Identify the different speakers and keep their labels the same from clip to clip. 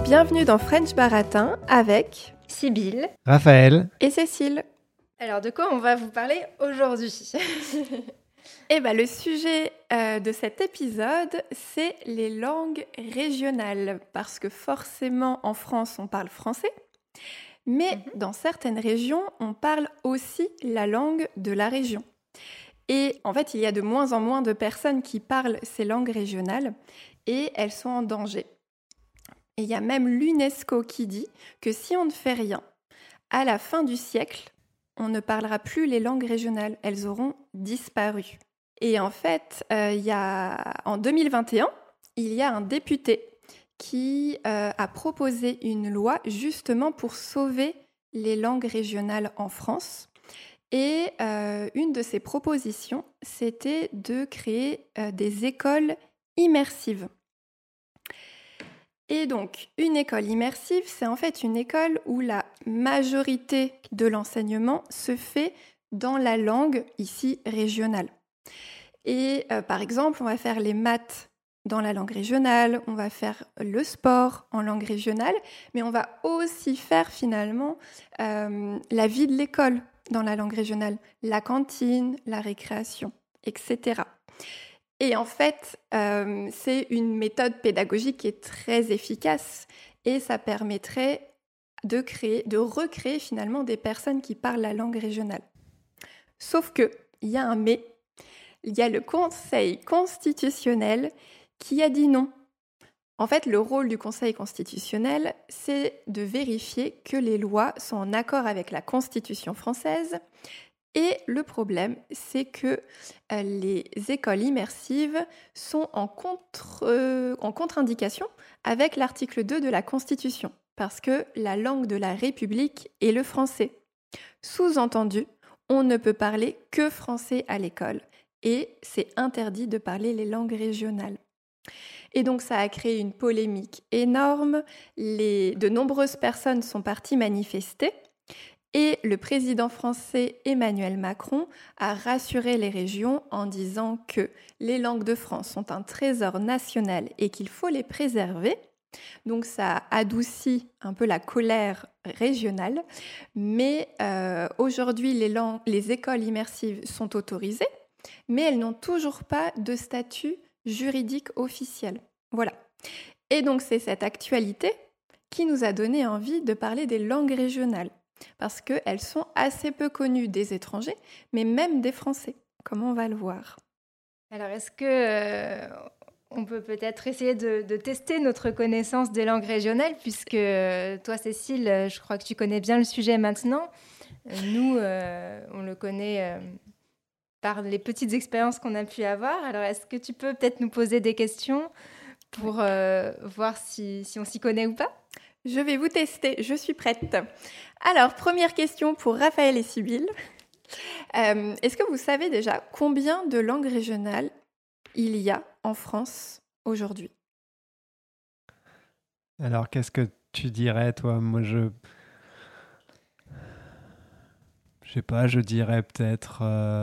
Speaker 1: Bienvenue dans French Baratin avec
Speaker 2: Sibylle,
Speaker 3: Raphaël
Speaker 1: et Cécile.
Speaker 2: Alors de quoi on va vous parler aujourd'hui?
Speaker 1: Le sujet de cet épisode, c'est les langues régionales. Parce que forcément, en France, on parle français. Mais dans certaines régions, on parle aussi la langue de la région. Et en fait, il y a de moins en moins de personnes qui parlent ces langues régionales et elles sont en danger. Et il y a même l'UNESCO qui dit que si on ne fait rien, à la fin du siècle, on ne parlera plus les langues régionales. Elles auront disparu. Et en fait, en 2021, il y a un député qui a proposé une loi justement pour sauver les langues régionales en France. Et une de ses propositions, c'était de créer des écoles immersives. Et donc, une école immersive, c'est en fait une école où la majorité de l'enseignement se fait dans la langue, ici, régionale. Et par exemple, on va faire les maths dans la langue régionale, on va faire le sport en langue régionale, mais on va aussi faire finalement la vie de l'école dans la langue régionale, la cantine, la récréation, etc. Et en fait, c'est une méthode pédagogique qui est très efficace et ça permettrait de recréer finalement des personnes qui parlent la langue régionale. Sauf qu'il y a un mais, il y a le Conseil constitutionnel qui a dit non. En fait, le rôle du Conseil constitutionnel, c'est de vérifier que les lois sont en accord avec la Constitution française. Et le problème, c'est que les écoles immersives sont en contre-indication avec l'article 2 de la Constitution, parce que la langue de la République est le français. Sous-entendu, on ne peut parler que français à l'école, et c'est interdit de parler les langues régionales. Et donc ça a créé une polémique énorme, de nombreuses personnes sont parties manifester, et le président français Emmanuel Macron a rassuré les régions en disant que les langues de France sont un trésor national et qu'il faut les préserver. Donc ça adoucit un peu la colère régionale, mais aujourd'hui les écoles immersives sont autorisées, mais elles n'ont toujours pas de statut juridique officiel. Voilà. Et donc c'est cette actualité qui nous a donné envie de parler des langues régionales. Parce qu'elles sont assez peu connues des étrangers, mais même des Français, comme on va le voir.
Speaker 2: Alors, est-ce que on peut peut-être essayer de tester notre connaissance des langues régionales, puisque toi, Cécile, je crois que tu connais bien le sujet maintenant. Nous, on le connaît par les petites expériences qu'on a pu avoir. Alors, est-ce que tu peux peut-être nous poser des questions pour voir si on s'y connaît ou pas ?
Speaker 1: Je vais vous tester, je suis prête. Alors, première question pour Raphaël et Sibylle. Est-ce que vous savez déjà combien de langues régionales il y a en France aujourd'hui ?
Speaker 3: Alors, qu'est-ce que tu dirais, toi ? Moi, je sais pas, je dirais peut-être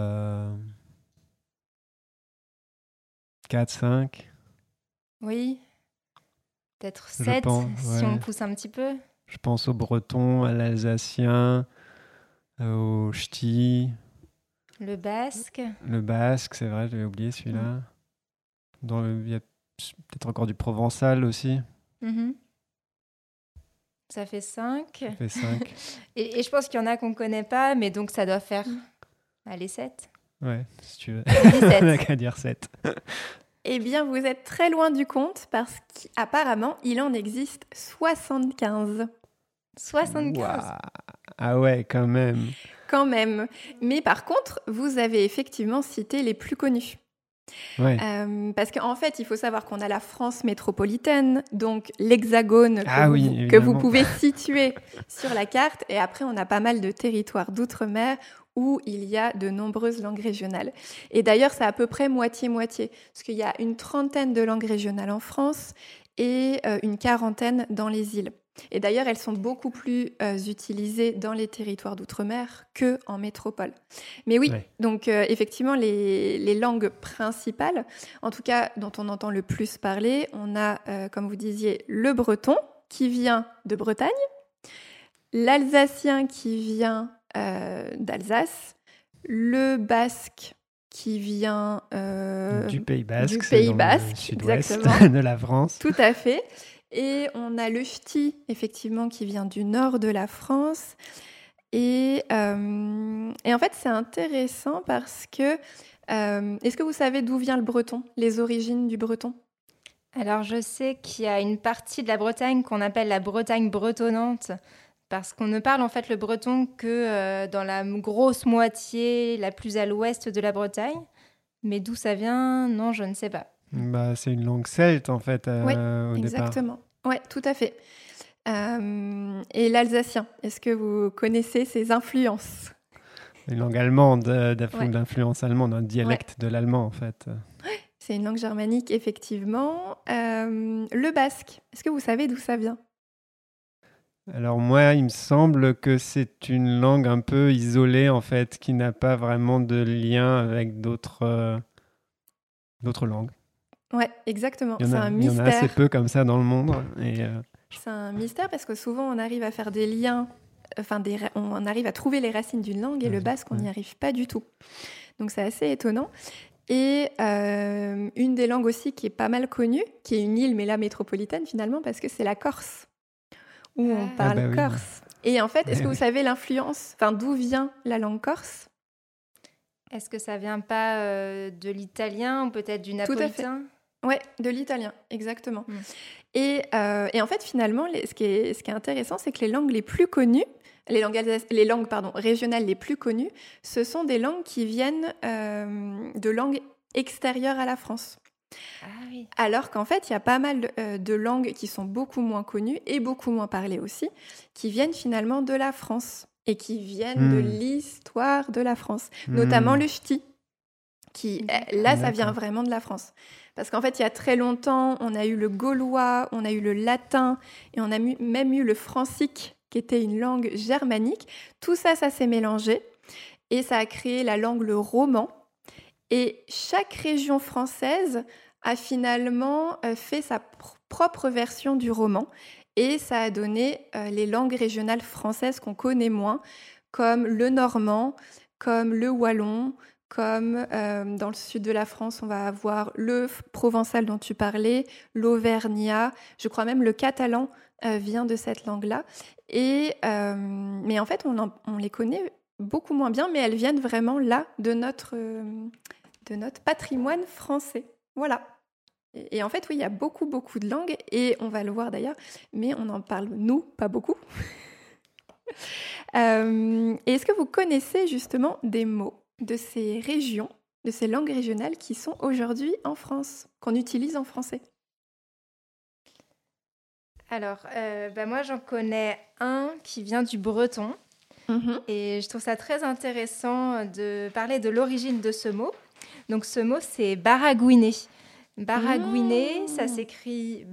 Speaker 3: 4, 5.
Speaker 2: Oui, peut-être
Speaker 3: Je
Speaker 2: 7,
Speaker 3: pense,
Speaker 2: si
Speaker 3: ouais.
Speaker 2: on pousse un petit peu.
Speaker 3: Je pense au breton, à l'alsacien, au ch'ti.
Speaker 2: Le basque.
Speaker 3: Le basque, c'est vrai, j'avais oublié celui-là. Il y a peut-être encore du provençal aussi.
Speaker 2: Mm-hmm. Ça fait 5.
Speaker 3: Ça fait 5.
Speaker 2: Et je pense qu'il y en a qu'on ne connaît pas, mais donc ça doit faire, 7.
Speaker 3: Ouais, si tu veux.
Speaker 2: 17.
Speaker 3: On n'a qu'à dire 7.
Speaker 1: Eh bien, vous êtes très loin du compte parce qu'apparemment, il en existe 75.
Speaker 2: 75.
Speaker 3: Wow. Ah ouais, quand même.
Speaker 1: Quand même. Mais par contre, vous avez effectivement cité les plus connus.
Speaker 3: Ouais.
Speaker 1: Parce qu'en fait, il faut savoir qu'on a la France métropolitaine, donc l'hexagone que vous pouvez situer sur la carte. Et après, on a pas mal de territoires d'outre-mer où il y a de nombreuses langues régionales. Et d'ailleurs, c'est à peu près moitié-moitié, parce qu'il y a une trentaine de langues régionales en France et une quarantaine dans les îles. Et d'ailleurs, elles sont beaucoup plus utilisées dans les territoires d'outre-mer qu'en métropole. Mais oui, donc effectivement, les langues principales, en tout cas dont on entend le plus parler, on a, comme vous disiez, le breton, qui vient de Bretagne, l'alsacien qui vient d'Alsace, le basque qui vient
Speaker 3: du Pays Basque,
Speaker 1: du Pays
Speaker 3: c'est dans
Speaker 1: Basque,
Speaker 3: le sud-ouest
Speaker 1: exactement.
Speaker 3: de la France.
Speaker 1: Tout à fait. Et on a le ch'ti, effectivement, qui vient du nord de la France. Et en fait, c'est intéressant parce que... est-ce que vous savez d'où vient le breton, les origines du breton ?
Speaker 2: Alors, je sais qu'il y a une partie de la Bretagne qu'on appelle la Bretagne bretonnante, parce qu'on ne parle en fait le breton que dans la grosse moitié la plus à l'ouest de la Bretagne. Mais d'où ça vient, non, je ne sais pas.
Speaker 3: Bah, c'est une langue celte, en fait,
Speaker 1: Oui,
Speaker 3: au départ.
Speaker 1: exactement. Oui, tout à fait. Et l'alsacien, est-ce que vous connaissez ses influences ?
Speaker 3: Une langue allemande,
Speaker 1: Ouais.
Speaker 3: d'influence allemande, un dialecte de l'allemand, en fait.
Speaker 1: C'est une langue germanique, effectivement. Le basque, est-ce que vous savez d'où ça vient ?
Speaker 3: Alors moi, il me semble que c'est une langue un peu isolée, en fait, qui n'a pas vraiment de lien avec d'autres langues.
Speaker 1: Ouais, exactement.
Speaker 3: Il y
Speaker 1: C'est
Speaker 3: en a,
Speaker 1: un
Speaker 3: il y en a assez
Speaker 1: mystère.
Speaker 3: peu comme ça dans le monde. Et,
Speaker 1: C'est un mystère parce que souvent on arrive à faire des liens, on arrive à trouver les racines d'une langue et le basque, on n'y arrive pas du tout. Donc c'est assez étonnant. Et une des langues aussi qui est pas mal connue, qui est une île, mais là métropolitaine finalement, parce que c'est la Corse, où on parle
Speaker 3: bah oui.
Speaker 1: corse. Et en fait, est-ce que vous savez l'influence, d'où vient la langue corse ?
Speaker 2: Est-ce que ça vient pas de l'italien ou peut-être du napolitain ?
Speaker 1: Ouais, de l'italien, exactement. Et en fait, finalement, ce qui est intéressant, c'est que les langues les plus connues, les langues régionales les plus connues, ce sont des langues qui viennent de langues extérieures à la France.
Speaker 2: Ah oui.
Speaker 1: Alors qu'en fait, il y a pas mal de langues qui sont beaucoup moins connues et beaucoup moins parlées aussi, qui viennent finalement de la France et qui viennent de l'histoire de la France, notamment le ch'ti, qui, là, ça vient vraiment de la France. Parce qu'en fait, il y a très longtemps, on a eu le gaulois, on a eu le latin et on a même eu le francique, qui était une langue germanique. Tout ça, ça s'est mélangé et ça a créé la langue le roman. Et chaque région française a finalement fait sa propre version du roman et ça a donné les langues régionales françaises qu'on connaît moins, comme le normand, comme le wallon, comme dans le sud de la France, on va avoir le provençal dont tu parlais, l'auvergnat, je crois même le catalan vient de cette langue-là. Mais en fait, on les connaît beaucoup moins bien, mais elles viennent vraiment là de notre patrimoine français. Voilà. Et en fait, oui, il y a beaucoup, beaucoup de langues, et on va le voir d'ailleurs, mais on en parle, nous, pas beaucoup. Et est-ce que vous connaissez justement des mots de ces régions, de ces langues régionales qui sont aujourd'hui en France, qu'on utilise en français ?
Speaker 2: Alors, moi, j'en connais un qui vient du breton. Et je trouve ça très intéressant de parler de l'origine de ce mot. Donc, ce mot, c'est baragouiner. Baragouiner, ça s'écrit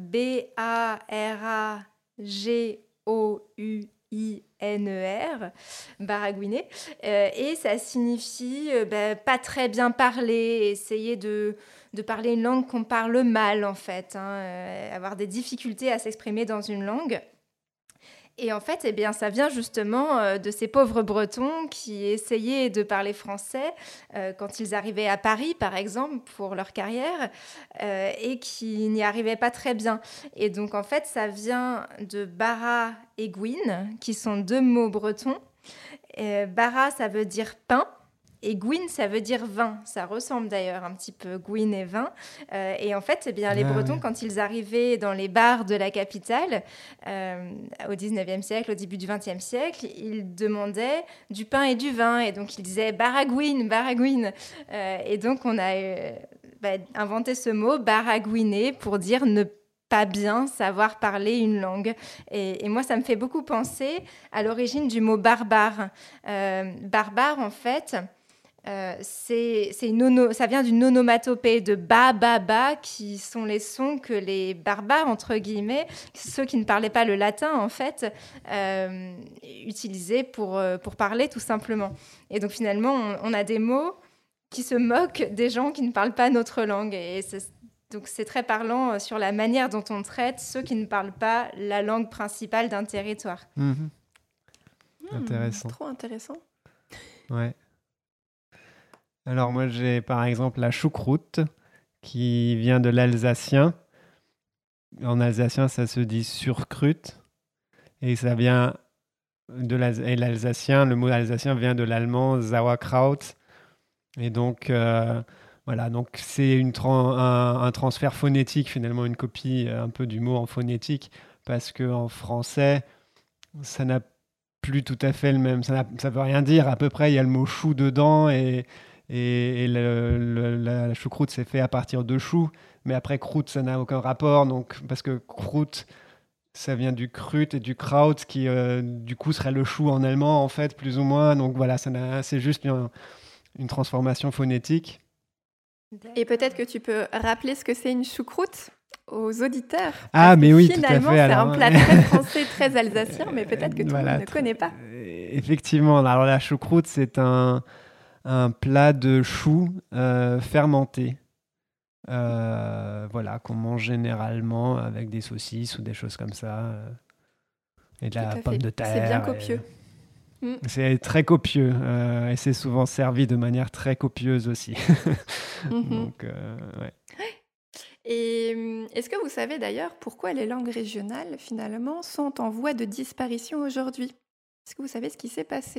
Speaker 2: B-A-R-A-G-O-U-I-N-E-R, baragouiner, et ça signifie pas très bien parler, essayer de parler une langue qu'on parle mal en fait, avoir des difficultés à s'exprimer dans une langue. Et en fait, ça vient justement de ces pauvres Bretons qui essayaient de parler français quand ils arrivaient à Paris, par exemple, pour leur carrière, et qui n'y arrivaient pas très bien. Et donc, en fait, ça vient de bara et gouine, qui sont deux mots bretons. Bara, ça veut dire pain. Et gouine, ça veut dire vin. Ça ressemble d'ailleurs un petit peu gouine et vin. Et en fait, les Bretons, quand ils arrivaient dans les bars de la capitale, au 19e siècle, au début du 20e siècle, ils demandaient du pain et du vin. Et donc, ils disaient baragouine, baragouine. Et donc, on a inventé ce mot, baragouiner, pour dire ne pas bien savoir parler une langue. Et moi, ça me fait beaucoup penser à l'origine du mot barbare. Barbare, en fait... ça vient d'une onomatopée de ba, ba, ba, qui sont les sons que les barbares, entre guillemets, ceux qui ne parlaient pas le latin, en fait, utilisaient pour parler, tout simplement. Et donc, finalement, on a des mots qui se moquent des gens qui ne parlent pas notre langue. Et Donc c'est très parlant sur la manière dont on traite ceux qui ne parlent pas la langue principale d'un territoire.
Speaker 3: Intéressant.
Speaker 1: Trop intéressant.
Speaker 3: Ouais. Alors moi j'ai par exemple la choucroute qui vient de l'alsacien. En alsacien ça se dit surkrut et ça vient et l'alsacien, le mot alsacien vient de l'allemand Sauerkraut et donc voilà, donc c'est un transfert phonétique finalement, une copie un peu du mot en phonétique parce qu'en français ça n'a plus tout à fait le même, ça veut rien dire à peu près, il y a le mot chou dedans et la choucroute c'est fait à partir de chou, mais après croûte ça n'a aucun rapport, donc parce que croûte ça vient du krut et du kraut qui du coup serait le chou en allemand en fait plus ou moins, donc voilà, c'est juste une transformation phonétique.
Speaker 1: Et peut-être que tu peux rappeler ce que c'est une choucroute aux auditeurs.
Speaker 3: Ah, mais oui, tout à fait.
Speaker 1: Finalement, c'est un plat très français, très alsacien, mais peut-être que tout le monde ne connaît pas.
Speaker 3: Effectivement, alors la choucroute, c'est un plat de choux fermenté. Voilà, qu'on mange généralement avec des saucisses ou des choses comme ça. Et de la pomme de terre.
Speaker 1: C'est bien copieux.
Speaker 3: C'est très copieux et c'est souvent servi de manière très copieuse aussi. Donc, ouais.
Speaker 1: Et est-ce que vous savez d'ailleurs pourquoi les langues régionales, finalement, sont en voie de disparition aujourd'hui ? Est-ce que vous savez ce qui s'est passé ?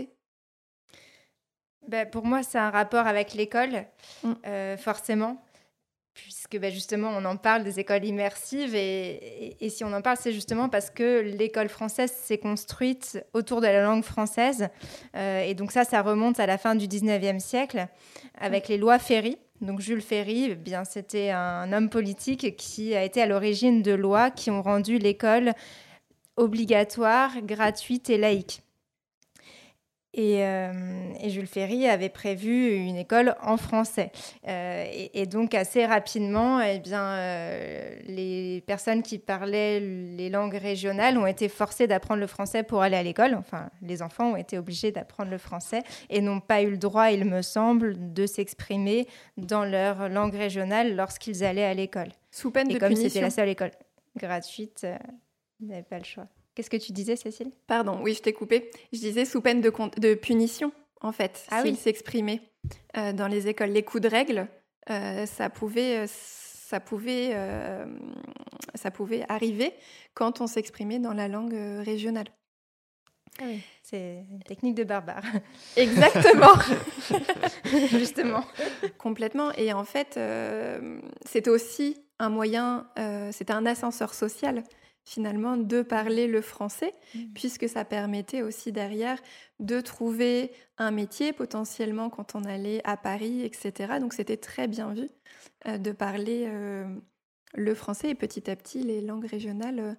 Speaker 2: Pour moi, c'est un rapport avec l'école, forcément. Puisque justement, on en parle des écoles immersives et si on en parle, c'est justement parce que l'école française s'est construite autour de la langue française. Et donc ça remonte à la fin du 19e siècle avec les lois Ferry. Donc Jules Ferry, c'était un homme politique qui a été à l'origine de lois qui ont rendu l'école obligatoire, gratuite et laïque. Et Jules Ferry avait prévu une école en français. Et donc, assez rapidement, les personnes qui parlaient les langues régionales ont été forcées d'apprendre le français pour aller à l'école. Enfin, les enfants ont été obligés d'apprendre le français et n'ont pas eu le droit, il me semble, de s'exprimer dans leur langue régionale lorsqu'ils allaient à l'école.
Speaker 1: Sous peine de
Speaker 2: punition. Et comme
Speaker 1: c'était
Speaker 2: la seule école gratuite, ils n'avaient pas le choix. Qu'est-ce que tu disais, Cécile ?
Speaker 1: Pardon, oui, je t'ai coupé. Je disais sous peine de punition, en fait, s'ils s'exprimaient dans les écoles. Les coups de règle, ça pouvait arriver quand on s'exprimait dans la langue régionale.
Speaker 2: Ah oui, c'est une technique de barbare.
Speaker 1: Exactement.
Speaker 2: Justement.
Speaker 1: Complètement. Et en fait, c'était aussi un moyen, c'était un ascenseur social, finalement, de parler le français, puisque ça permettait aussi derrière de trouver un métier potentiellement quand on allait à Paris, etc. Donc c'était très bien vu de parler le français. Et petit à petit, les langues régionales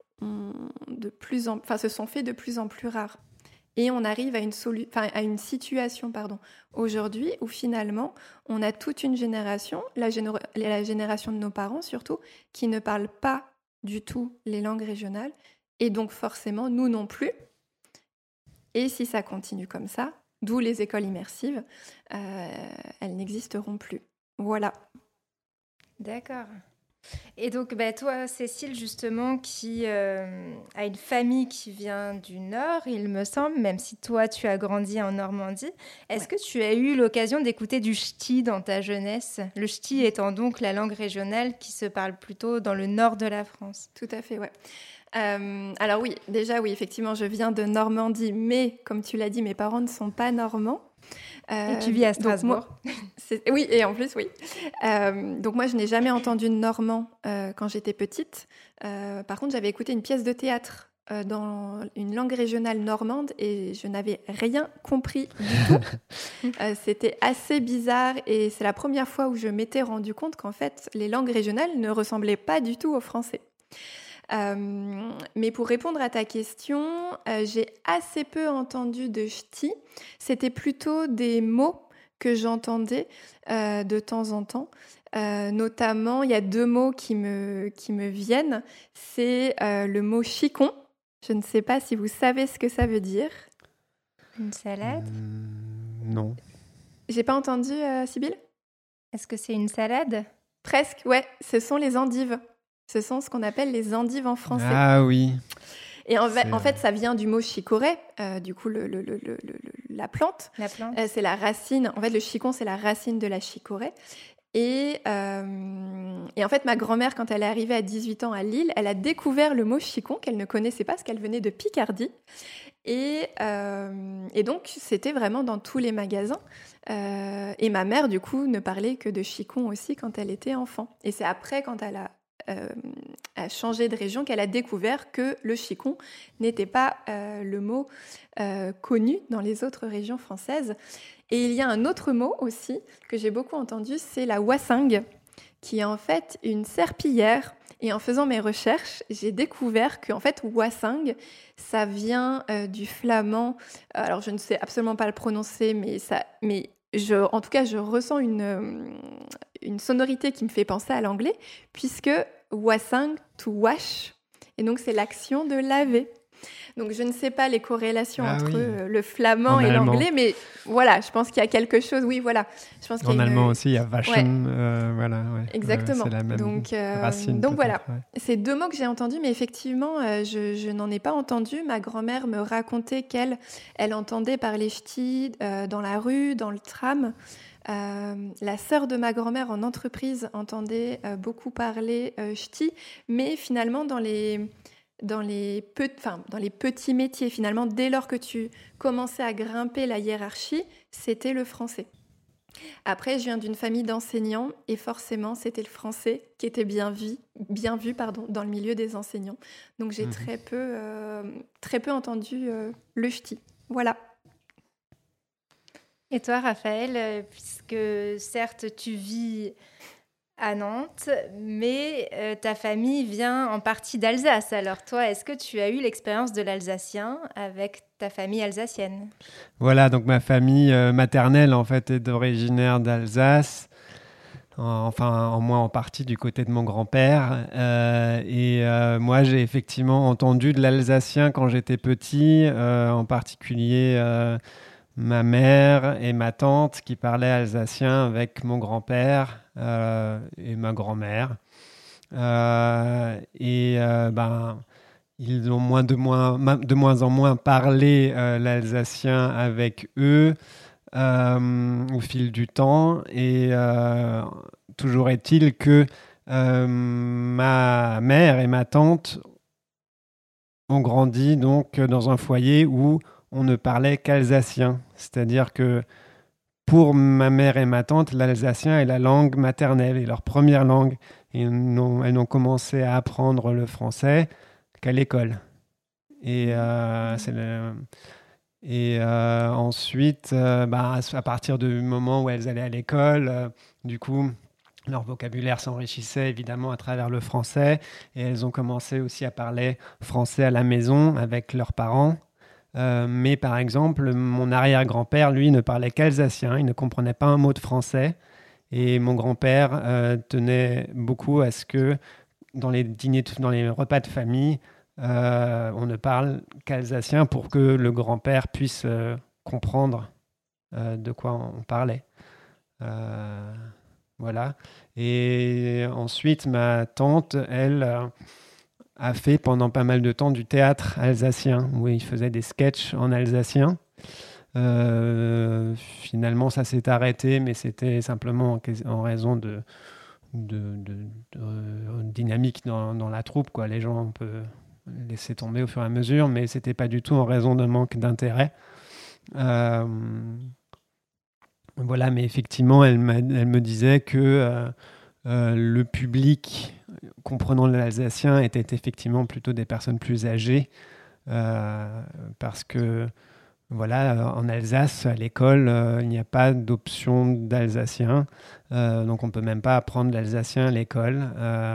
Speaker 1: se sont fait de plus en plus rares. Et on arrive à une situation aujourd'hui où finalement, on a toute une génération, la génération de nos parents surtout, qui ne parle pas du tout les langues régionales, et donc forcément, nous non plus. Et si ça continue comme ça, d'où les écoles immersives, elles n'existeront plus. Voilà.
Speaker 2: D'accord. Et donc, toi, Cécile, justement, qui a une famille qui vient du Nord, il me semble, même si toi, tu as grandi en Normandie, est-ce que tu as eu l'occasion d'écouter du ch'ti dans ta jeunesse ? Le ch'ti étant donc la langue régionale qui se parle plutôt dans le nord de la France.
Speaker 1: Tout à fait, ouais. Alors oui, effectivement, je viens de Normandie, mais comme tu l'as dit, mes parents ne sont pas normands.
Speaker 2: Et tu vis à Strasbourg.
Speaker 1: Oui, et en plus, oui. Donc moi, je n'ai jamais entendu de normand quand j'étais petite. Par contre, j'avais écouté une pièce de théâtre dans une langue régionale normande et je n'avais rien compris du tout. C'était assez bizarre et c'est la première fois où je m'étais rendu compte qu'en fait, les langues régionales ne ressemblaient pas du tout au français. Mais pour répondre à ta question, j'ai assez peu entendu de ch'ti. C'était plutôt des mots que j'entendais de temps en temps. Notamment, il y a 2 mots qui me viennent. C'est le mot chicon. Je ne sais pas si vous savez ce que ça veut dire.
Speaker 2: Une salade ?
Speaker 3: Non.
Speaker 1: J'ai pas entendu, Sybille ?
Speaker 2: Est-ce que c'est une salade ?
Speaker 1: Presque, ouais. Ce sont les endives. Ce sont ce qu'on appelle les endives en français.
Speaker 3: Ah oui.
Speaker 1: Et en fait, ça vient du mot chicorée, du coup, la plante.
Speaker 2: La plante.
Speaker 1: C'est la racine. En fait, le chicon, c'est la racine de la chicorée. Et en fait, ma grand-mère, quand elle est arrivée à 18 ans à Lille, elle a découvert le mot chicon qu'elle ne connaissait pas parce qu'elle venait de Picardie. Et donc, c'était vraiment dans tous les magasins. Et ma mère, du coup, ne parlait que de chicon aussi quand elle était enfant. Et c'est après, quand elle a changé de région, qu'elle a découvert que le chicon n'était pas le mot connu dans les autres régions françaises. Et il y a un autre mot aussi que j'ai beaucoup entendu, c'est la wassingue, qui est en fait une serpillière. Et en faisant mes recherches, j'ai découvert qu'en fait, wassingue, ça vient du flamand. Alors, je ne sais absolument pas le prononcer, en tout cas, je ressens une sonorité qui me fait penser à l'anglais, puisque washing, to wash, et donc c'est l'action de laver. Donc je ne sais pas les corrélations entre le flamand et l'anglais, mais voilà, je pense qu'il y a quelque chose. Oui, voilà. Je pense
Speaker 3: en allemand aussi, il y a waschen, voilà. Ouais.
Speaker 1: Exactement.
Speaker 3: C'est la même racine.
Speaker 1: Donc voilà, c'est deux mots que j'ai entendus, mais effectivement, je n'en ai pas entendu. Ma grand-mère me racontait qu'elle entendait parler ch'ti dans la rue, dans le tram. La sœur de ma grand-mère en entreprise entendait beaucoup parler ch'ti, mais finalement dans les petits métiers, finalement, dès lors que tu commençais à grimper la hiérarchie, c'était le français. Après, je viens d'une famille d'enseignants et forcément, c'était le français qui était bien vu dans le milieu des enseignants. Donc, j'ai très peu entendu le ch'ti. Voilà.
Speaker 2: Et toi, Raphaël, puisque certes, tu vis à Nantes, mais ta famille vient en partie d'Alsace. Alors toi, est-ce que tu as eu l'expérience de l'alsacien avec ta famille alsacienne ?
Speaker 3: Voilà, donc ma famille maternelle en fait est originaire d'Alsace, enfin en moins en partie du côté de mon grand-père. Moi, j'ai effectivement entendu de l'alsacien quand j'étais petit, en particulier ma mère et ma tante qui parlaient alsacien avec mon grand-père et ma grand-mère. Ils ont de moins en moins parlé l'alsacien avec eux au fil du temps. Et toujours est-il que ma mère et ma tante ont grandi donc dans un foyer où on ne parlait qu'alsacien. C'est-à-dire que pour ma mère et ma tante, l'alsacien est la langue maternelle et leur première langue. Et elles n'ont commencé à apprendre le français qu'à l'école. Ensuite, à partir du moment où elles allaient à l'école, du coup, leur vocabulaire s'enrichissait évidemment à travers le français. Et elles ont commencé aussi à parler français à la maison avec leurs parents. Mais par exemple, mon arrière-grand-père, lui, ne parlait qu'alsacien, il ne comprenait pas un mot de français. Et mon grand-père tenait beaucoup à ce que dans les repas de famille, on ne parle qu'alsacien pour que le grand-père puisse comprendre de quoi on parlait. Voilà. Et ensuite, ma tante, elle a fait pendant pas mal de temps du théâtre alsacien, où il faisait des sketchs en alsacien. Finalement, ça s'est arrêté, mais c'était simplement en raison de dynamique dans la troupe, quoi. Les gens, on peut laisser tomber au fur et à mesure, mais c'était pas du tout en raison d'un manque d'intérêt. Voilà, mais effectivement, elle me disait que le public comprenant l'alsacien était effectivement plutôt des personnes plus âgées, parce que voilà, en Alsace, à l'école, il n'y a pas d'option d'alsacien, donc on ne peut même pas apprendre l'alsacien à l'école.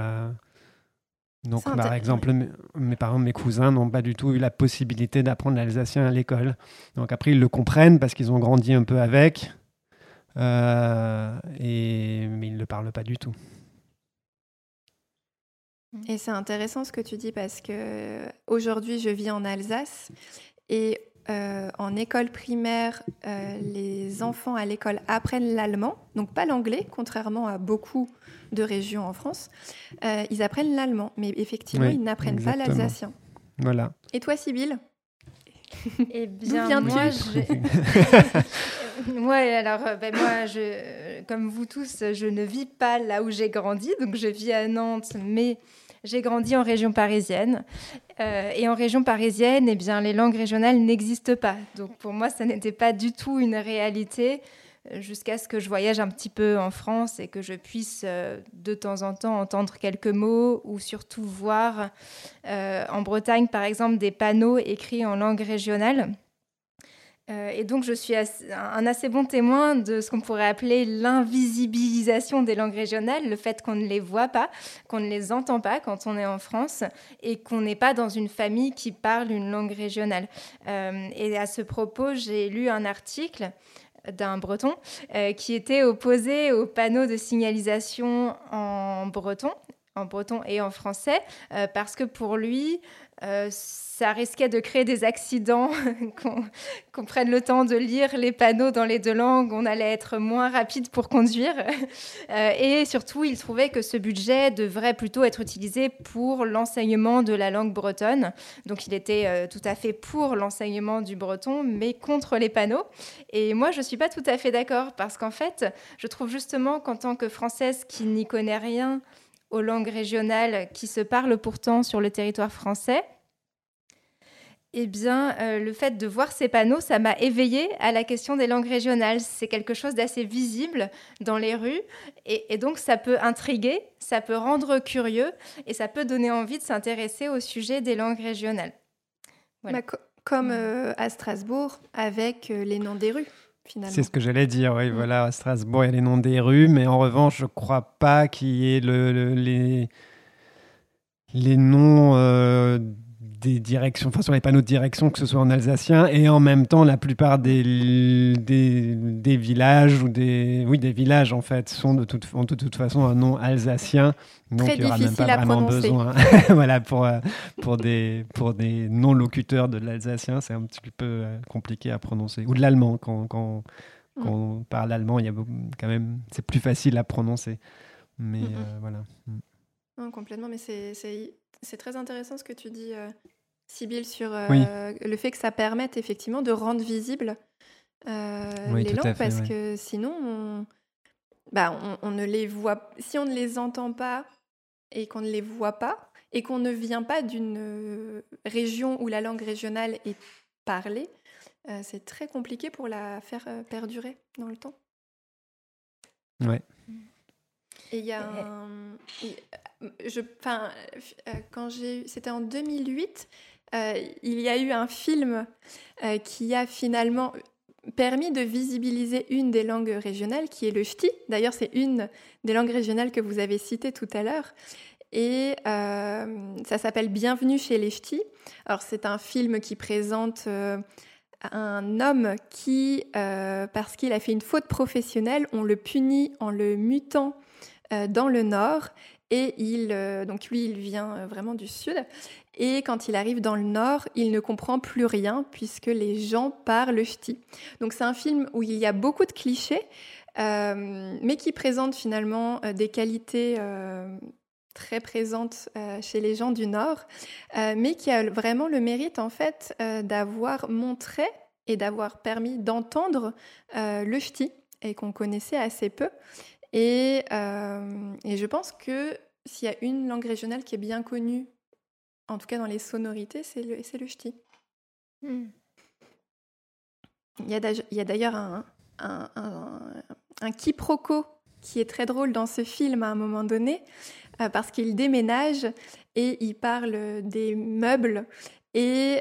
Speaker 3: Donc, par exemple, mes cousins n'ont pas du tout eu la possibilité d'apprendre l'alsacien à l'école. Donc après, ils le comprennent parce qu'ils ont grandi un peu avec, mais ils ne le parlent pas du tout.
Speaker 1: Et c'est intéressant ce que tu dis parce que aujourd'hui je vis en Alsace et en école primaire, les enfants à l'école apprennent l'allemand, donc pas l'anglais, contrairement à beaucoup de régions en France. Ils apprennent l'allemand, mais effectivement, ils n'apprennent pas l'alsacien.
Speaker 3: Voilà.
Speaker 1: Et toi, Sybille ?
Speaker 2: Eh bien,
Speaker 1: D'où viens-tu ?
Speaker 2: Comme vous tous, je ne vis pas là où j'ai grandi. Donc, je vis à Nantes, mais j'ai grandi en région parisienne. Et en région parisienne, eh bien, les langues régionales n'existent pas. Donc, pour moi, ça n'était pas du tout une réalité jusqu'à ce que je voyage un petit peu en France et que je puisse de temps en temps entendre quelques mots ou surtout voir en Bretagne, par exemple, des panneaux écrits en langue régionale. Et donc, je suis un assez bon témoin de ce qu'on pourrait appeler l'invisibilisation des langues régionales, le fait qu'on ne les voit pas, qu'on ne les entend pas quand on est en France et qu'on n'est pas dans une famille qui parle une langue régionale. Et à ce propos, j'ai lu un article d'un breton qui était opposé aux panneaux de signalisation en breton et en français, parce que pour lui, ça risquait de créer des accidents, qu'on prenne le temps de lire les panneaux dans les deux langues, on allait être moins rapide pour conduire. Et surtout, il trouvait que ce budget devrait plutôt être utilisé pour l'enseignement de la langue bretonne. Donc, il était tout à fait pour l'enseignement du breton, mais contre les panneaux. Et moi, je ne suis pas tout à fait d'accord, parce qu'en fait, je trouve justement qu'en tant que Française qui n'y connaît rien aux langues régionales qui se parlent pourtant sur le territoire français, eh bien, le fait de voir ces panneaux, ça m'a éveillée à la question des langues régionales. C'est quelque chose d'assez visible dans les rues et donc ça peut intriguer, ça peut rendre curieux et ça peut donner envie de s'intéresser au sujet des langues régionales.
Speaker 1: Voilà. Comme à Strasbourg avec les noms des rues. Finalement.
Speaker 3: C'est ce que j'allais dire, oui, voilà, à Strasbourg, il y a les noms des rues, mais en revanche, je ne crois pas qu'il y ait les noms des directions, enfin sur les panneaux de direction, que ce soit en alsacien, et en même temps, la plupart des villages, des villages, en fait, ont de toute façon un nom alsacien, donc il n'y aura même pas vraiment besoin. Voilà, pour des non-locuteurs de l'alsacien, c'est un petit peu compliqué à prononcer. Ou de l'allemand, quand on parle allemand, il y a quand même, c'est plus facile à prononcer. Mais voilà.
Speaker 1: Non, complètement, mais c'est très intéressant ce que tu dis, Sybille, sur le fait que ça permette effectivement de rendre visibles les langues, parce que sinon, on ne les voit. Si on ne les entend pas et qu'on ne les voit pas et qu'on ne vient pas d'une région où la langue régionale est parlée, c'est très compliqué pour la faire perdurer dans le temps.
Speaker 3: Ouais.
Speaker 1: Et il y a c'était en 2008, il y a eu un film qui a finalement permis de visibiliser une des langues régionales, qui est le ch'ti. D'ailleurs, c'est une des langues régionales que vous avez citées tout à l'heure. Et ça s'appelle « Bienvenue chez les ch'tis ». Alors, c'est un film qui présente un homme qui, parce qu'il a fait une faute professionnelle, on le punit en le mutant dans le nord. Et donc lui, il vient vraiment du sud. Et quand il arrive dans le nord, il ne comprend plus rien puisque les gens parlent ch'ti. Donc c'est un film où il y a beaucoup de clichés, mais qui présente finalement des qualités très présentes chez les gens du nord, mais qui a vraiment le mérite en fait d'avoir montré et d'avoir permis d'entendre le ch'ti, et qu'on connaissait assez peu. Et je pense que s'il y a une langue régionale qui est bien connue, en tout cas dans les sonorités, c'est le ch'ti. Il y a d'ailleurs un quiproquo qui est très drôle dans ce film à un moment donné, parce qu'il déménage et il parle des meubles et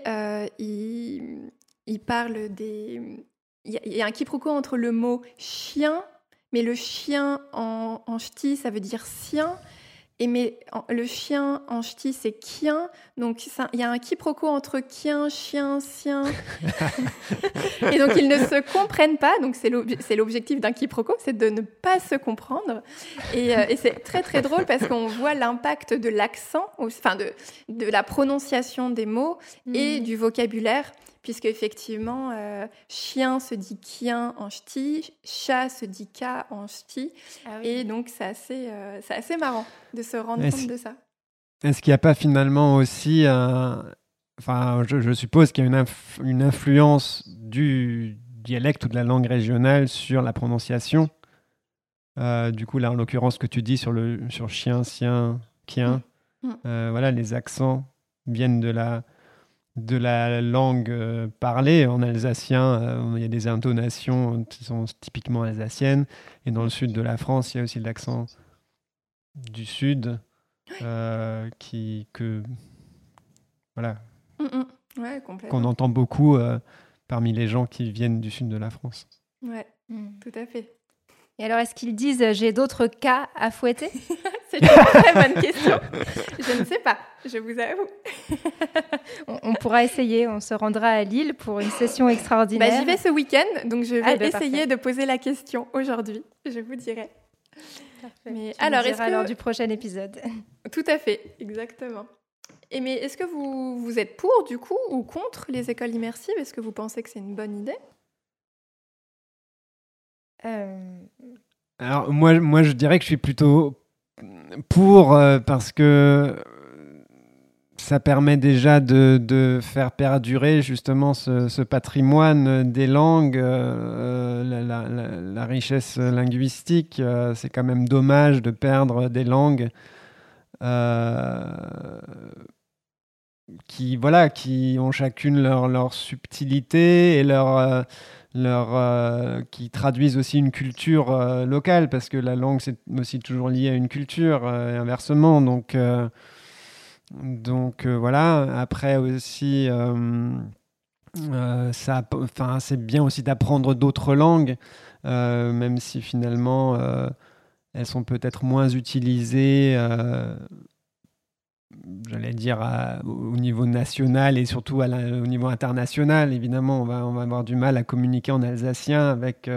Speaker 1: il parle des... Il y a un quiproquo entre le mot « chien », mais le chien en ch'ti, ça veut dire sien. Mais le chien en ch'ti, c'est kien. Donc, il y a un quiproquo entre kien, chien, sien. Et donc, ils ne se comprennent pas. Donc, c'est l'objectif d'un quiproquo, c'est de ne pas se comprendre. Et c'est très, très drôle parce qu'on voit l'impact de l'accent, enfin de la prononciation des mots et du vocabulaire, puisque effectivement, chien se dit kien en ch'ti, chat se dit ka en ch'ti, et donc c'est assez marrant de se rendre compte de ça.
Speaker 3: Est-ce qu'il n'y a pas finalement aussi, je suppose qu'il y a une influence du dialecte ou de la langue régionale sur la prononciation. Du coup, là, en l'occurrence, que tu dis sur chien, sien, kien, voilà, les accents viennent de la langue parlée. En alsacien, il y a des intonations qui sont typiquement alsaciennes. Et dans le sud de la France, il y a aussi l'accent du sud
Speaker 1: Ouais, complètement.
Speaker 3: qu'on entend beaucoup parmi les gens qui viennent du sud de la France.
Speaker 1: Ouais, tout à fait.
Speaker 2: Et alors, est-ce qu'ils disent « j'ai d'autres cas à fouetter »
Speaker 1: C'est une très bonne question. Je ne sais pas, je vous avoue.
Speaker 2: On pourra essayer, on se rendra à Lille pour une session extraordinaire.
Speaker 1: J'y vais ce week-end, donc je vais essayer
Speaker 2: parfait.
Speaker 1: de poser la question aujourd'hui. Je vous dirai.
Speaker 2: Parfait.
Speaker 1: Mais
Speaker 2: tu alors, est-ce que lors du prochain épisode?
Speaker 1: Tout à fait, exactement. Mais est-ce que vous êtes pour, du coup, ou contre les écoles immersives? Est-ce que vous pensez que c'est une bonne idée?
Speaker 3: Alors, moi, je dirais que je suis plutôt pour, parce que ça permet déjà de faire perdurer justement ce patrimoine des langues, la richesse linguistique. C'est quand même dommage de perdre des langues qui ont chacune leur subtilité et qui traduisent aussi une culture locale, parce que la langue, c'est aussi toujours lié à une culture, et inversement. Donc voilà. Après aussi, c'est bien aussi d'apprendre d'autres langues, même si finalement elles sont peut-être moins utilisées, j'allais dire au niveau national et surtout au niveau international. Évidemment, on va avoir du mal à communiquer en alsacien avec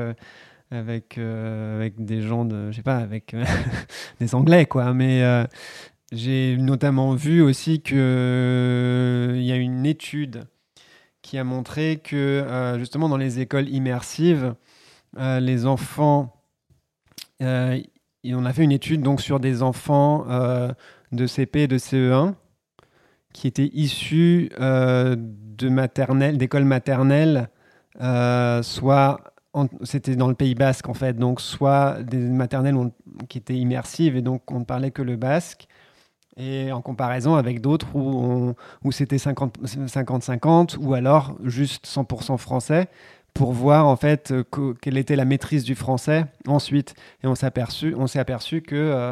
Speaker 3: des gens avec des Anglais, quoi. Mais j'ai notamment vu aussi qu'il y a une étude qui a montré que justement dans les écoles immersives, les enfants, on a fait une étude donc sur des enfants de CP et de CE1 qui étaient issus d'écoles maternelles, c'était dans le Pays Basque en fait, donc soit des maternelles qui étaient immersives et donc on ne parlait que le basque, et en comparaison avec d'autres où c'était 50-50 ou alors juste 100% français, pour voir en fait quelle était la maîtrise du français ensuite. Et on s'est aperçu que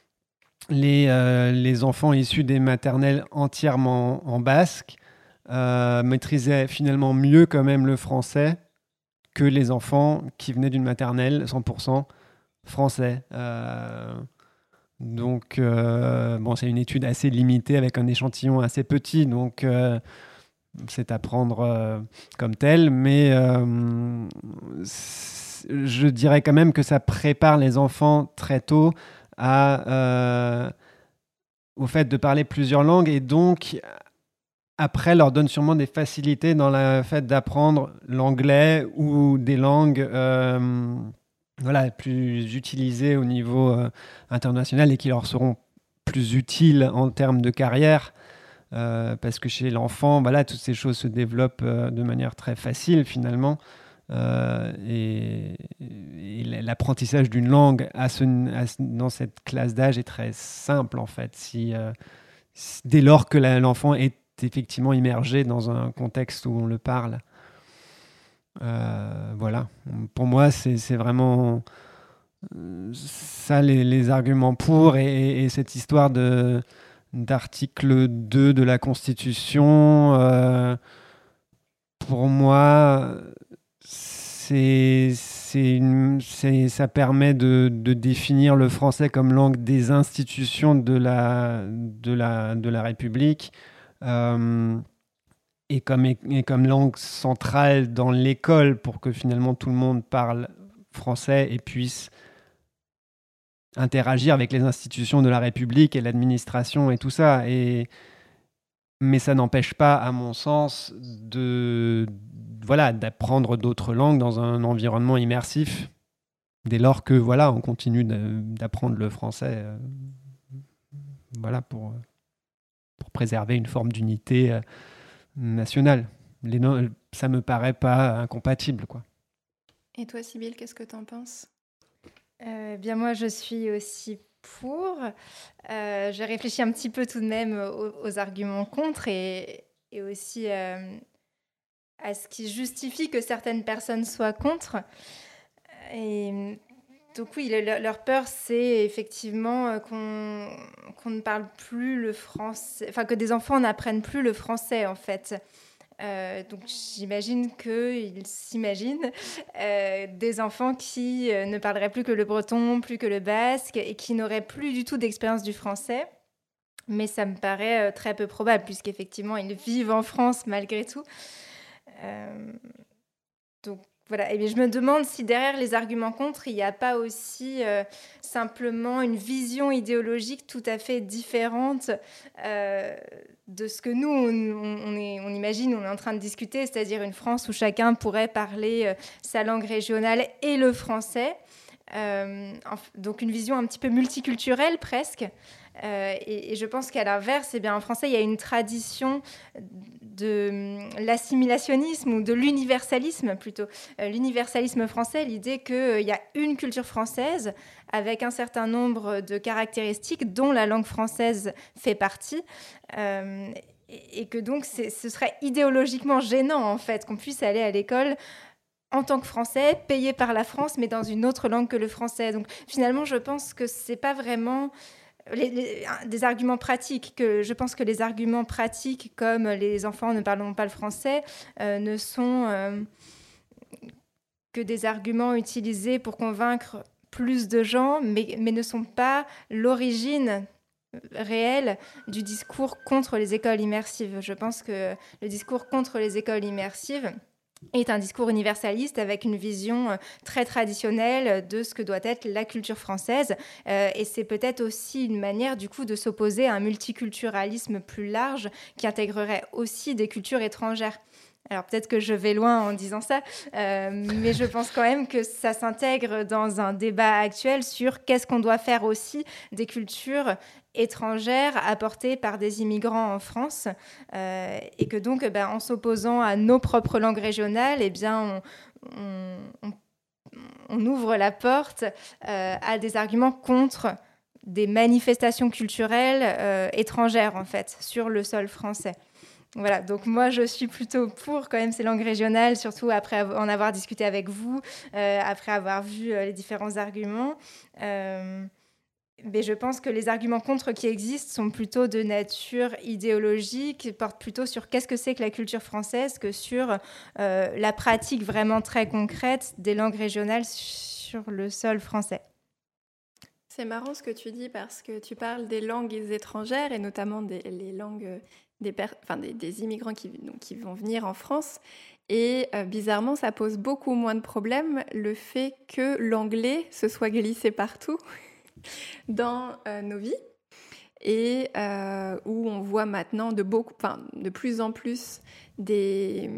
Speaker 3: les enfants issus des maternelles entièrement en basque maîtrisaient finalement mieux quand même le français que les enfants qui venaient d'une maternelle 100% français. Donc, c'est une étude assez limitée avec un échantillon assez petit, donc c'est à prendre comme tel, mais je dirais quand même que ça prépare les enfants très tôt au fait de parler plusieurs langues, et donc après leur donne sûrement des facilités dans le fait d'apprendre l'anglais ou des langues plus utilisées au niveau international et qui leur seront plus utiles en termes de carrière, parce que chez l'enfant, toutes ces choses se développent de manière très facile finalement. Et l'apprentissage d'une langue dans cette classe d'âge est très simple en fait, dès lors que l'enfant est effectivement immergé dans un contexte où on le parle. Voilà. Pour moi, c'est vraiment ça les arguments pour, et cette histoire d'article 2 de la Constitution, pour moi, ça permet de définir le français comme langue des institutions de la République, et comme langue centrale dans l'école, pour que finalement tout le monde parle français et puisse interagir avec les institutions de la République et l'administration et tout ça. Et Mais ça n'empêche pas, à mon sens, d'apprendre d'autres langues dans un environnement immersif, dès lors que on continue d'apprendre le français pour préserver une forme d'unité nationale. Ça me paraît pas incompatible, quoi.
Speaker 1: Et toi, Sybille, qu'est-ce que tu en penses ?
Speaker 2: Bien, moi, je suis aussi pour. J'ai réfléchi un petit peu tout de même aux arguments contre et aussi à ce qui justifie que certaines personnes soient contre. Et donc oui, leur peur, c'est effectivement qu'on ne parle plus le français, enfin que des enfants n'apprennent plus le français en fait. Donc j'imagine qu'ils s'imaginent des enfants qui ne parleraient plus que le breton, plus que le basque et qui n'auraient plus du tout d'expérience du français. Mais ça me paraît très peu probable puisqu'effectivement ils vivent en France malgré tout. Donc voilà, et bien, je me demande si derrière les arguments contre, il n'y a pas aussi simplement une vision idéologique tout à fait différente de ce que nous, on imagine, on est en train de discuter, c'est-à-dire une France où chacun pourrait parler sa langue régionale et le français. Donc une vision un petit peu multiculturelle presque. Et je pense qu'à l'inverse, en français, il y a une tradition de l'assimilationnisme ou de l'universalisme plutôt. L'universalisme français, l'idée qu'il y a une culture française avec un certain nombre de caractéristiques dont la langue française fait partie. Et que donc ce serait idéologiquement gênant en fait qu'on puisse aller à l'école en tant que français, payé par la France, mais dans une autre langue que le français. Donc finalement, je pense que c'est pas vraiment des arguments pratiques. Je pense que les arguments pratiques, comme les enfants ne parlent pas le français, ne sont que des arguments utilisés pour convaincre plus de gens, mais ne sont pas l'origine réelle du discours contre les écoles immersives. Je pense que le discours contre les écoles immersives est un discours universaliste avec une vision très traditionnelle de ce que doit être la culture française. Et c'est peut-être aussi une manière, du coup, de s'opposer à un multiculturalisme plus large qui intégrerait aussi des cultures étrangères. Alors peut-être que je vais loin en disant ça, mais je pense quand même que ça s'intègre dans un débat actuel sur qu'est-ce qu'on doit faire aussi des cultures étrangères apportées par des immigrants en France, et que donc en s'opposant à nos propres langues régionales, on ouvre la porte à des arguments contre des manifestations culturelles étrangères en fait sur le sol français. Voilà, donc moi je suis plutôt pour quand même ces langues régionales, surtout après en avoir discuté avec vous, après avoir vu les différents arguments. Mais je pense que les arguments contre qui existent sont plutôt de nature idéologique, portent plutôt sur qu'est-ce que c'est que la culture française que sur la pratique vraiment très concrète des langues régionales sur le sol français.
Speaker 1: C'est marrant ce que tu dis parce que tu parles des langues étrangères et notamment les langues des immigrants qui vont venir en France. Et bizarrement, ça pose beaucoup moins de problèmes le fait que l'anglais se soit glissé partout dans nos vies et où on voit maintenant de plus en plus des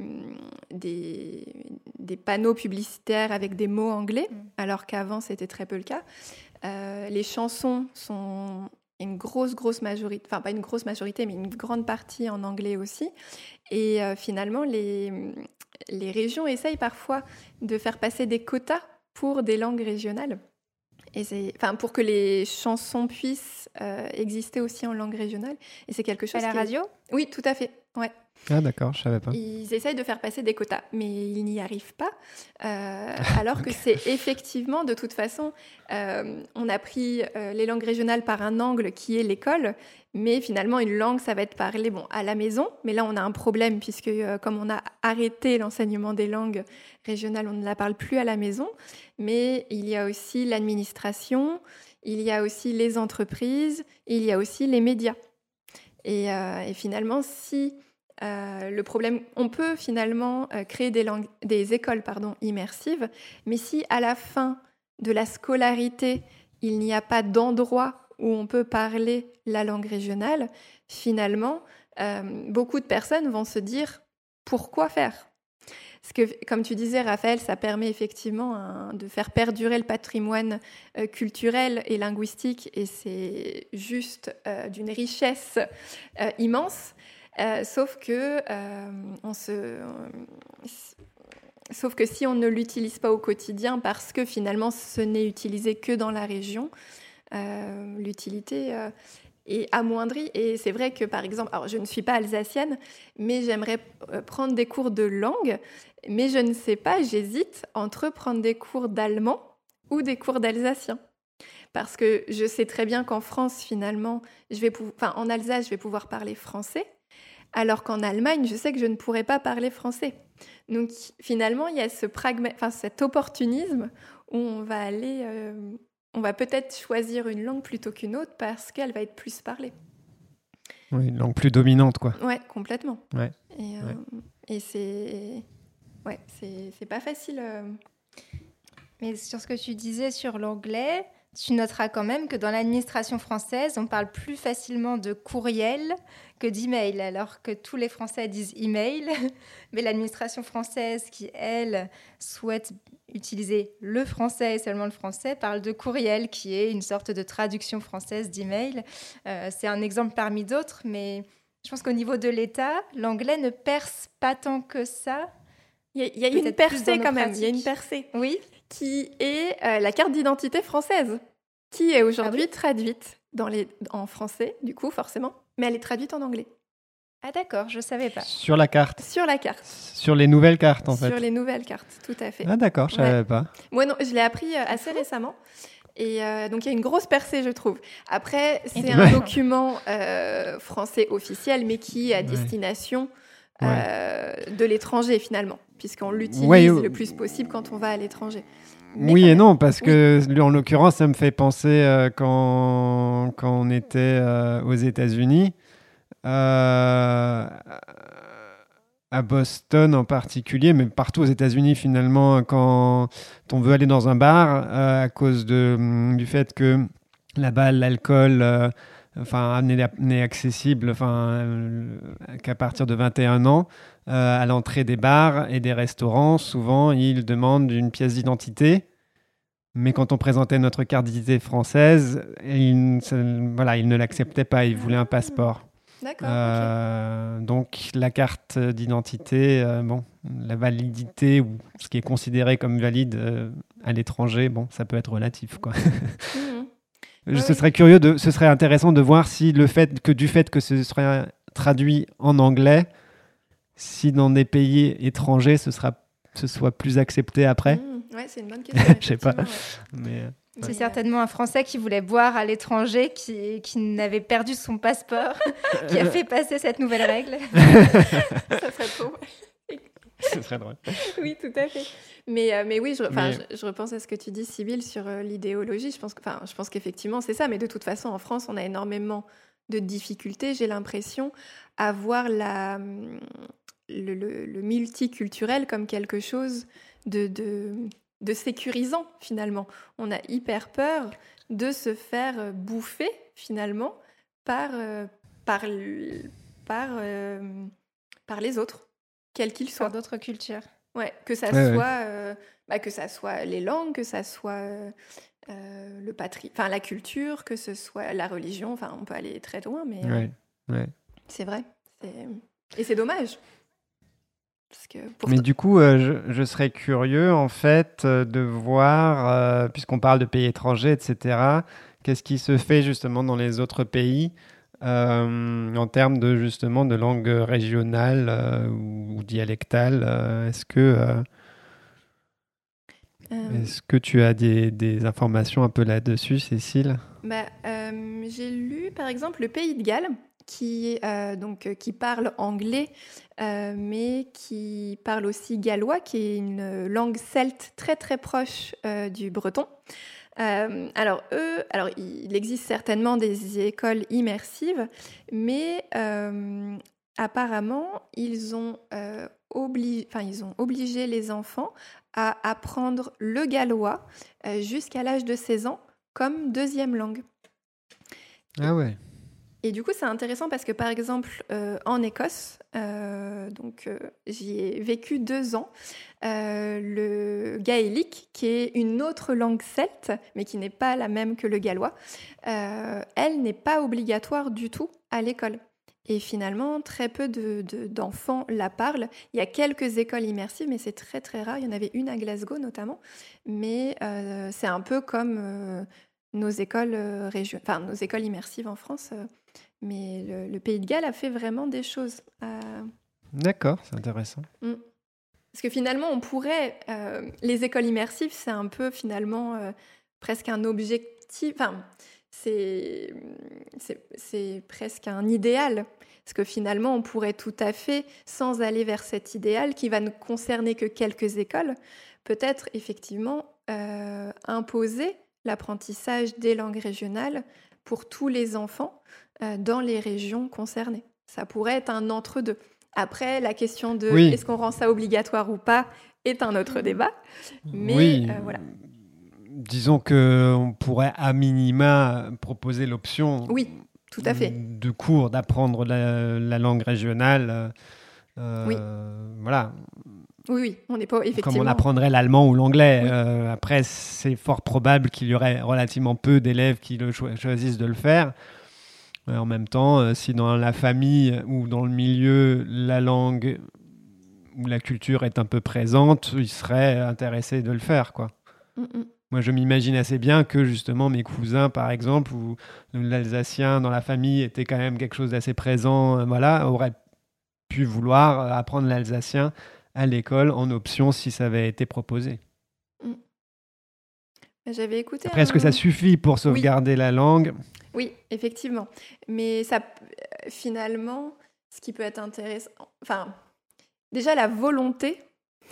Speaker 1: panneaux publicitaires avec des mots anglais, alors qu'avant c'était très peu le cas. Les chansons sont une grosse majorité, enfin pas une grosse majorité, mais une grande partie en anglais aussi. Et finalement, les régions essayent parfois de faire passer des quotas pour des langues régionales. Et pour que les chansons puissent exister aussi en langue régionale. Et c'est quelque chose
Speaker 2: à la radio ?
Speaker 1: Oui, tout à fait. Ouais.
Speaker 3: Ah d'accord, je savais pas.
Speaker 1: Ils essayent de faire passer des quotas, mais ils n'y arrivent pas. Alors que c'est effectivement, de toute façon, on a pris les langues régionales par un angle qui est l'école, mais finalement, une langue, ça va être parlé à la maison. Mais là, on a un problème puisque comme on a arrêté l'enseignement des langues régionales, on ne la parle plus à la maison. Mais il y a aussi l'administration, il y a aussi les entreprises, il y a aussi les médias. Et finalement, si le problème, on peut finalement créer des écoles immersives, mais si à la fin de la scolarité, il n'y a pas d'endroit où on peut parler la langue régionale, finalement, beaucoup de personnes vont se dire pourquoi faire ? Parce que, comme tu disais, Raphaël, ça permet effectivement de faire perdurer le patrimoine culturel et linguistique, et c'est juste d'une richesse immense. Sauf que si on ne l'utilise pas au quotidien, parce que finalement ce n'est utilisé que dans la région, l'utilité est amoindrie. Et c'est vrai que, par exemple, alors je ne suis pas alsacienne, mais j'aimerais prendre des cours de langue, mais je ne sais pas, j'hésite entre prendre des cours d'allemand ou des cours d'alsacien. Parce que je sais très bien qu'en France, finalement, en Alsace, je vais pouvoir parler français, alors qu'en Allemagne, je sais que je ne pourrais pas parler français. Donc finalement, il y a cet opportunisme où on va peut-être choisir une langue plutôt qu'une autre parce qu'elle va être plus parlée.
Speaker 3: Oui, une langue plus dominante, quoi.
Speaker 1: Ouais, complètement.
Speaker 3: Ouais.
Speaker 1: Et c'est pas facile.
Speaker 2: Mais sur ce que tu disais sur l'anglais, tu noteras quand même que dans l'administration française, on parle plus facilement de courriel que d'email, alors que tous les Français disent email. Mais l'administration française, qui, elle, souhaite utiliser le français et seulement le français, parle de courriel, qui est une sorte de traduction française d'email. C'est un exemple parmi d'autres, mais je pense qu'au niveau de l'État, l'anglais ne perce pas tant que ça.
Speaker 1: Il y a une percée quand même, il y a une percée.
Speaker 2: Oui.
Speaker 1: Qui est la carte d'identité française, qui est aujourd'hui traduite en français, du coup, forcément, mais elle est traduite en anglais.
Speaker 2: Ah d'accord, je ne savais pas.
Speaker 3: Sur la carte.
Speaker 1: Sur la carte.
Speaker 3: Sur les nouvelles cartes, en fait.
Speaker 1: Sur les nouvelles cartes, tout à fait.
Speaker 3: Ah d'accord, je ne savais pas.
Speaker 1: Moi, non, je l'ai appris assez récemment. Et donc, il y a une grosse percée, je trouve. Après, c'est un document français officiel, mais qui est à destination de l'étranger, finalement, puisqu'on l'utilise le plus possible quand on va à l'étranger. Mais
Speaker 3: oui et non, parce que, en l'occurrence, ça me fait penser quand on était aux États-Unis, à Boston en particulier, mais partout aux États-Unis finalement, quand on veut aller dans un bar, à cause du fait que là-bas l'alcool n'est accessible qu'à partir de 21 ans, à l'entrée des bars et des restaurants, souvent ils demandent une pièce d'identité. Mais quand on présentait notre carte d'identité française, ils ne l'acceptaient pas, ils voulaient un passeport.
Speaker 1: D'accord.
Speaker 3: Donc la carte d'identité, la validité ou ce qui est considéré comme valide à l'étranger, ça peut être relatif, quoi. Ce serait intéressant de voir si du fait que ce serait traduit en anglais, si dans des pays étrangers ce soit plus accepté après.
Speaker 1: Ouais, c'est une bonne question.
Speaker 3: Je sais pas.
Speaker 1: Ouais.
Speaker 3: Mais,
Speaker 2: c'est certainement un Français qui voulait boire à l'étranger, qui n'avait perdu son passeport, qui a fait passer cette nouvelle règle.
Speaker 1: Ça serait trop.
Speaker 3: Ce serait drôle.
Speaker 1: Oui, tout à fait. Mais oui, je repense à ce que tu dis, Sybille, sur l'idéologie. Je pense qu'effectivement, c'est ça. Mais de toute façon, en France, on a énormément de difficultés, j'ai l'impression, à voir le multiculturel comme quelque chose de sécurisant, finalement. On a hyper peur de se faire bouffer, finalement, par les autres, quels qu'ils soient.
Speaker 2: Par d'autres cultures.
Speaker 1: Ouais, que ça soit les langues, que ça soit la culture, que ce soit la religion. Enfin, on peut aller très loin, mais c'est vrai. Et c'est dommage.
Speaker 3: Mais du coup, je serais curieux, en fait, de voir, puisqu'on parle de pays étrangers, etc., qu'est-ce qui se fait justement dans les autres pays en termes de langue régionale ou dialectale. Est-ce que tu as des informations un peu là-dessus, Cécile ?
Speaker 1: J'ai lu, par exemple, le Pays de Galles, qui parle anglais, mais qui parle aussi gallois, qui est une langue celte très très proche du breton. Alors il existe certainement des écoles immersives, mais apparemment ils ont obligé les enfants à apprendre le gallois jusqu'à l'âge de 16 ans comme deuxième langue.
Speaker 3: Ah ouais.
Speaker 1: Et du coup, c'est intéressant parce que, par exemple, en Écosse, j'y ai vécu 2 ans, le gaélique, qui est une autre langue celte, mais qui n'est pas la même que le gallois, elle n'est pas obligatoire du tout à l'école. Et finalement, très peu d'enfants la parlent. Il y a quelques écoles immersives, mais c'est très très rare. Il y en avait une à Glasgow notamment. Mais c'est un peu comme nos écoles nos écoles immersives en France. Mais le Pays de Galles a fait vraiment des choses.
Speaker 3: D'accord, c'est intéressant.
Speaker 1: Parce que finalement, on pourrait... les écoles immersives, c'est un peu finalement presque un objectif... Enfin, c'est presque un idéal. Parce que finalement, on pourrait tout à fait, sans aller vers cet idéal qui va ne concerner que quelques écoles, peut-être effectivement imposer l'apprentissage des langues régionales pour tous les enfants dans les régions concernées. Ça pourrait être un entre-deux. Après, la question de est-ce qu'on rend ça obligatoire ou pas est un autre débat. Mais voilà.
Speaker 3: Disons qu'on pourrait à minima proposer l'option
Speaker 1: tout à fait.
Speaker 3: de cours d'apprendre la langue régionale. Voilà.
Speaker 1: Oui, on n'est pas effectivement...
Speaker 3: Comme on apprendrait l'allemand ou l'anglais. Après, c'est fort probable qu'il y aurait relativement peu d'élèves qui choisissent de le faire. En même temps, si dans la famille ou dans le milieu, la langue ou la culture est un peu présente, ils seraient intéressés de le faire, quoi. Moi, je m'imagine assez bien que justement mes cousins, par exemple, ou l'Alsacien dans la famille était quand même quelque chose d'assez présent, auraient pu vouloir apprendre l'alsacien à l'école en option si ça avait été proposé.
Speaker 1: J'avais écouté.
Speaker 3: Après, est-ce que ça suffit pour sauvegarder la langue ?
Speaker 1: Oui, effectivement. Mais ça, finalement, ce qui peut être intéressant, enfin, déjà la volonté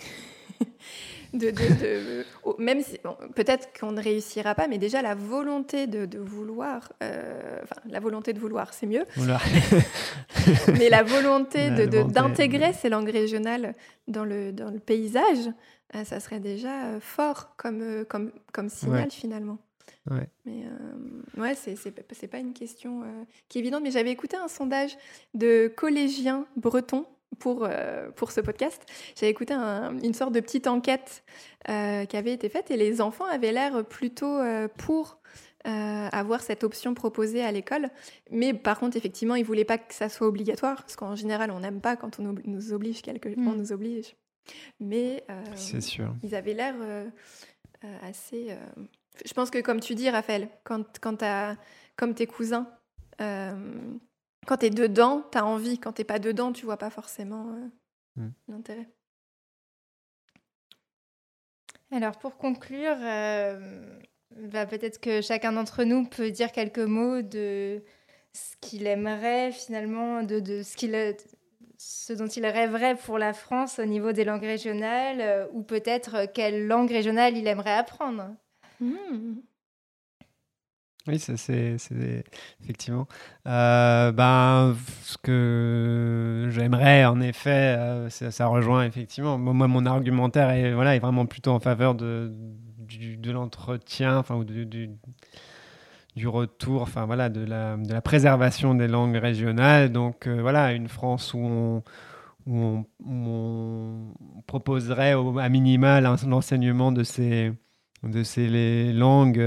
Speaker 1: même si peut-être qu'on ne réussira pas, mais déjà la volonté de vouloir, la volonté de vouloir, c'est mieux. Mais la volonté d'intégrer ces langues régionales dans le paysage, ça serait déjà fort comme signal finalement.
Speaker 3: Ouais.
Speaker 1: Mais c'est pas une question qui est évidente. Mais j'avais écouté un sondage de collégiens bretons pour ce podcast. J'avais écouté une sorte de petite enquête qui avait été faite et les enfants avaient l'air plutôt pour avoir cette option proposée à l'école. Mais par contre, effectivement, ils ne voulaient pas que ça soit obligatoire parce qu'en général, on n'aime pas quand on nous oblige on nous oblige. Mais
Speaker 3: c'est sûr.
Speaker 1: Ils avaient l'air assez... Je pense que comme tu dis, Raphaël, comme tes cousins, quand t'es dedans, t'as envie. Quand t'es pas dedans, tu vois pas forcément l'intérêt.
Speaker 2: Alors pour conclure, peut-être que chacun d'entre nous peut dire quelques mots de ce qu'il aimerait finalement, de ce dont il rêverait pour la France au niveau des langues régionales, ou peut-être quelle langue régionale il aimerait apprendre.
Speaker 3: Oui, c'est effectivement. Ce que j'aimerais, en effet, ça rejoint effectivement. Moi, mon argumentaire est vraiment plutôt en faveur de l'entretien, ou du retour, de la préservation des langues régionales. Donc, une France où on proposerait à minima l'enseignement de ces langues.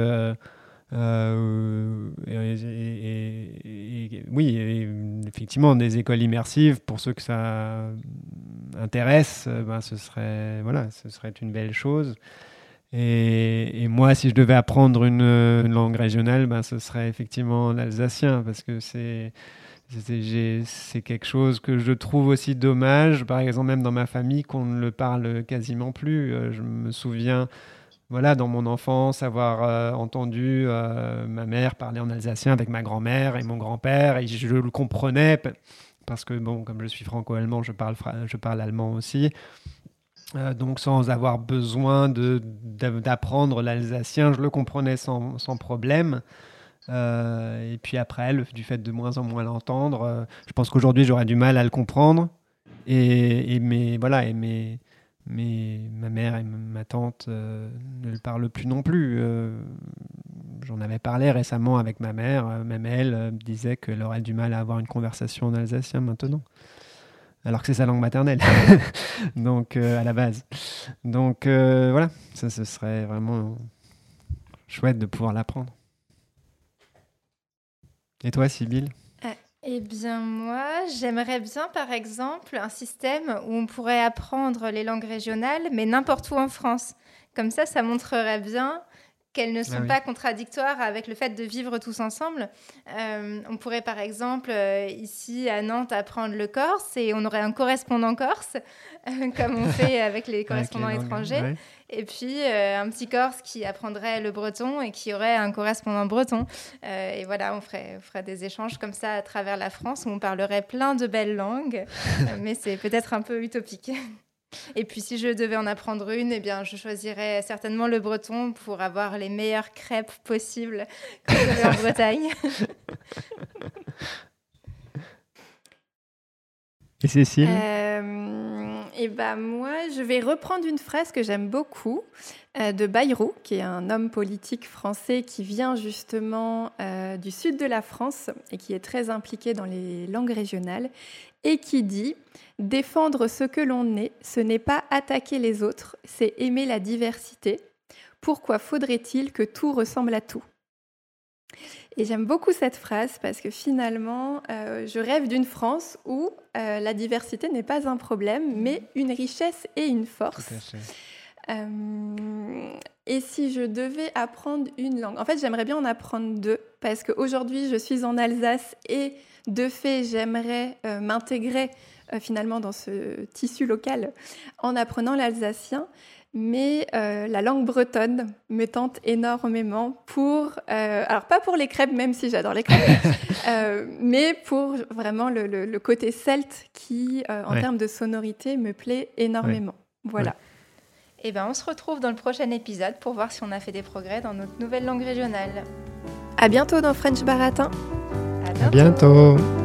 Speaker 3: Effectivement, des écoles immersives, pour ceux que ça intéresse, ce serait une belle chose. Et moi, si je devais apprendre une langue régionale, ce serait effectivement l'alsacien, parce que c'est quelque chose que je trouve aussi dommage, par exemple même dans ma famille, qu'on ne le parle quasiment plus. Je me souviens... dans mon enfance, avoir entendu ma mère parler en alsacien avec ma grand-mère et mon grand-père, et je le comprenais parce que, comme je suis franco-allemand, je parle allemand aussi. Donc, sans avoir besoin d'apprendre l'alsacien, je le comprenais sans problème. Et puis après, du fait de moins en moins l'entendre, je pense qu'aujourd'hui, j'aurais du mal à le comprendre. Mais ma mère et ma tante ne le parlent plus non plus. j'en avais parlé récemment avec ma mère. Même elle disait qu'elle aurait du mal à avoir une conversation en alsacien maintenant. Alors que c'est sa langue maternelle, donc à la base. Donc voilà, ça ce serait vraiment chouette de pouvoir l'apprendre. Et toi, Sybille ?
Speaker 2: Eh bien, moi, j'aimerais bien, par exemple, un système où on pourrait apprendre les langues régionales, mais n'importe où en France. Comme ça montrerait bien qu'elles ne sont pas contradictoires avec le fait de vivre tous ensemble. On pourrait, par exemple, ici à Nantes, apprendre le corse et on aurait un correspondant corse, comme on fait avec les correspondants étrangers. Ouais. Et puis, un petit corse qui apprendrait le breton et qui aurait un correspondant breton. Et voilà, on ferait des échanges comme ça à travers la France où on parlerait plein de belles langues, mais c'est peut-être un peu utopique. Et puis, si je devais en apprendre une, eh bien, je choisirais certainement le breton pour avoir les meilleures crêpes possibles qu'on trouve en Bretagne.
Speaker 3: Et Cécile ?
Speaker 1: Et ben moi, je vais reprendre une phrase que j'aime beaucoup de Bayrou, qui est un homme politique français qui vient justement du sud de la France et qui est très impliqué dans les langues régionales et qui dit « Défendre ce que l'on est, ce n'est pas attaquer les autres, c'est aimer la diversité. Pourquoi faudrait-il que tout ressemble à tout ?» Et j'aime beaucoup cette phrase parce que finalement, je rêve d'une France où la diversité n'est pas un problème, mais une richesse et une force. Et si je devais apprendre une langue, en fait, j'aimerais bien en apprendre deux parce qu'aujourd'hui, je suis en Alsace et de fait, j'aimerais m'intégrer finalement dans ce tissu local en apprenant l'alsacien. Mais la langue bretonne me tente énormément pour... alors, pas pour les crêpes, même si j'adore les crêpes, mais pour vraiment le côté celte qui, en termes de sonorité, me plaît énormément. Voilà.
Speaker 2: Eh ben, on se retrouve dans le prochain épisode pour voir si on a fait des progrès dans notre nouvelle langue régionale.
Speaker 1: À bientôt dans French Baratin.
Speaker 3: À bientôt.